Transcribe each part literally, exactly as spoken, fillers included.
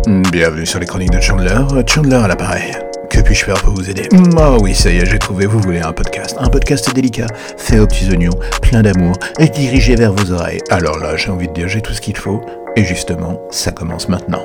Bienvenue sur les chroniques de Chandler, Chandler à l'appareil. Que puis-je faire pour vous aider? Oh oui, ça y est, j'ai trouvé, vous voulez un podcast. Un podcast délicat, fait aux petits oignons, plein d'amour, et dirigé vers vos oreilles. Alors là, j'ai envie de dire, j'ai tout ce qu'il faut, et justement, ça commence maintenant.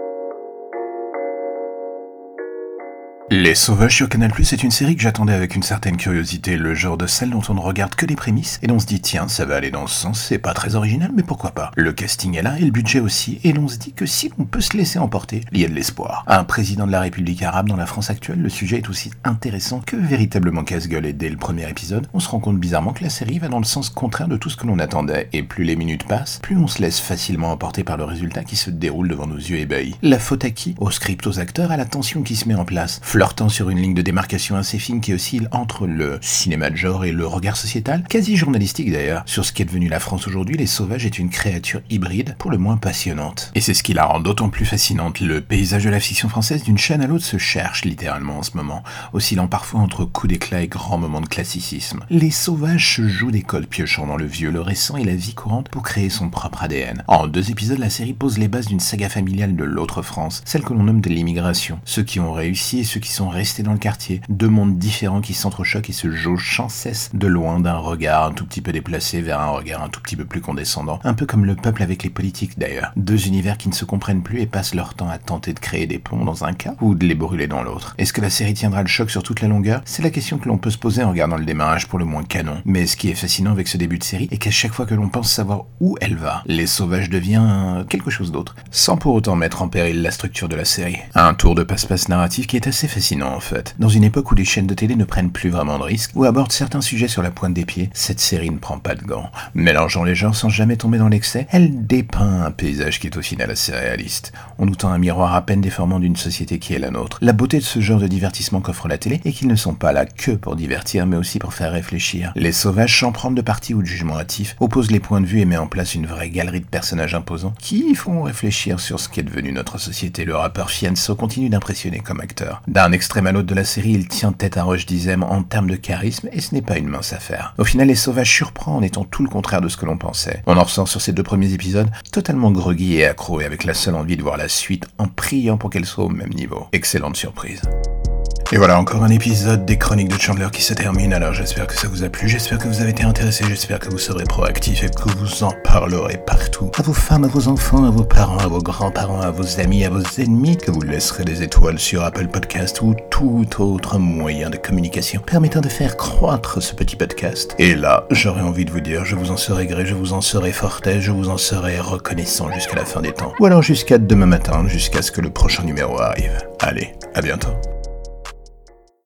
Les Sauvages sur Canal plus, c'est une série que j'attendais avec une certaine curiosité, le genre de celle dont on ne regarde que les prémices, et l'on se dit tiens, ça va aller dans ce sens, c'est pas très original, mais pourquoi pas. Le casting est là, et le budget aussi, et l'on se dit que si l'on peut se laisser emporter, il y a de l'espoir. Un président de la République arabe dans la France actuelle, le sujet est aussi intéressant que véritablement casse-gueule, et dès le premier épisode, on se rend compte bizarrement que la série va dans le sens contraire de tout ce que l'on attendait, et plus les minutes passent, plus on se laisse facilement emporter par le résultat qui se déroule devant nos yeux ébahis. La faute à qui? Au script, aux acteurs, à la tension qui se met en place, flirtant sur une ligne de démarcation assez fine qui oscille entre le cinéma de genre et le regard sociétal, quasi journalistique d'ailleurs. Sur ce qu'est devenu la France aujourd'hui, Les Sauvages est une créature hybride, pour le moins passionnante. Et c'est ce qui la rend d'autant plus fascinante. Le paysage de la fiction française d'une chaîne à l'autre se cherche littéralement en ce moment, oscillant parfois entre coups d'éclat et grands moments de classicisme. Les Sauvages se jouent des codes piochant dans le vieux, le récent et la vie courante pour créer son propre A D N. En deux épisodes, la série pose les bases d'une saga familiale de l'autre France, celle que l'on nomme de l'immigration. Ceux qui ont réussi et ceux qui sont restés dans le quartier, deux mondes différents qui s'entrechoquent et se jaugent sans cesse de loin d'un regard un tout petit peu déplacé vers un regard un tout petit peu plus condescendant, un peu comme le peuple avec les politiques d'ailleurs. Deux univers qui ne se comprennent plus et passent leur temps à tenter de créer des ponts dans un cas ou de les brûler dans l'autre. Est-ce que la série tiendra le choc sur toute la longueur? C'est la question que l'on peut se poser en regardant le démarrage pour le moins canon. Mais ce qui est fascinant avec ce début de série est qu'à chaque fois que l'on pense savoir où elle va, Les Sauvages devient quelque chose d'autre, sans pour autant mettre en péril la structure de la série. Un tour de passe-passe narratif qui est assez fascinant en fait. Dans une époque où les chaînes de télé ne prennent plus vraiment de risques ou abordent certains sujets sur la pointe des pieds, cette série ne prend pas de gants. Mélangeant les genres sans jamais tomber dans l'excès, elle dépeint un paysage qui est au final assez réaliste. On nous tend un miroir à peine déformant d'une société qui est la nôtre. La beauté de ce genre de divertissement qu'offre la télé est qu'ils ne sont pas là que pour divertir, mais aussi pour faire réfléchir. Les Sauvages, sans prendre de parti ou de jugement hâtif, opposent les points de vue et met en place une vraie galerie de personnages imposants qui font réfléchir sur ce qu'est devenu notre société. Le rappeur Fianso continue d'impressionner comme acteur. D'un extrême à l'autre de la série, il tient tête à Roche Dizem en termes de charisme et ce n'est pas une mince affaire. Au final, Les Sauvages surprend en étant tout le contraire de ce que l'on pensait. On en ressort sur ces deux premiers épisodes totalement groggy et accro et avec la seule envie de voir la suite en priant pour qu'elle soit au même niveau. Excellente surprise. Et voilà, encore un épisode des Chroniques de Chandler qui se termine, alors j'espère que ça vous a plu, j'espère que vous avez été intéressé, j'espère que vous serez proactifs et que vous en parlerez partout. À vos femmes, à vos enfants, à vos parents, à vos grands-parents, à vos amis, à vos ennemis, que vous laisserez des étoiles sur Apple Podcast ou tout autre moyen de communication permettant de faire croître ce petit podcast. Et là, j'aurais envie de vous dire, je vous en serai gré, je vous en serai fortais, je vous en serai reconnaissant jusqu'à la fin des temps. Ou alors jusqu'à demain matin, jusqu'à ce que le prochain numéro arrive. Allez, à bientôt.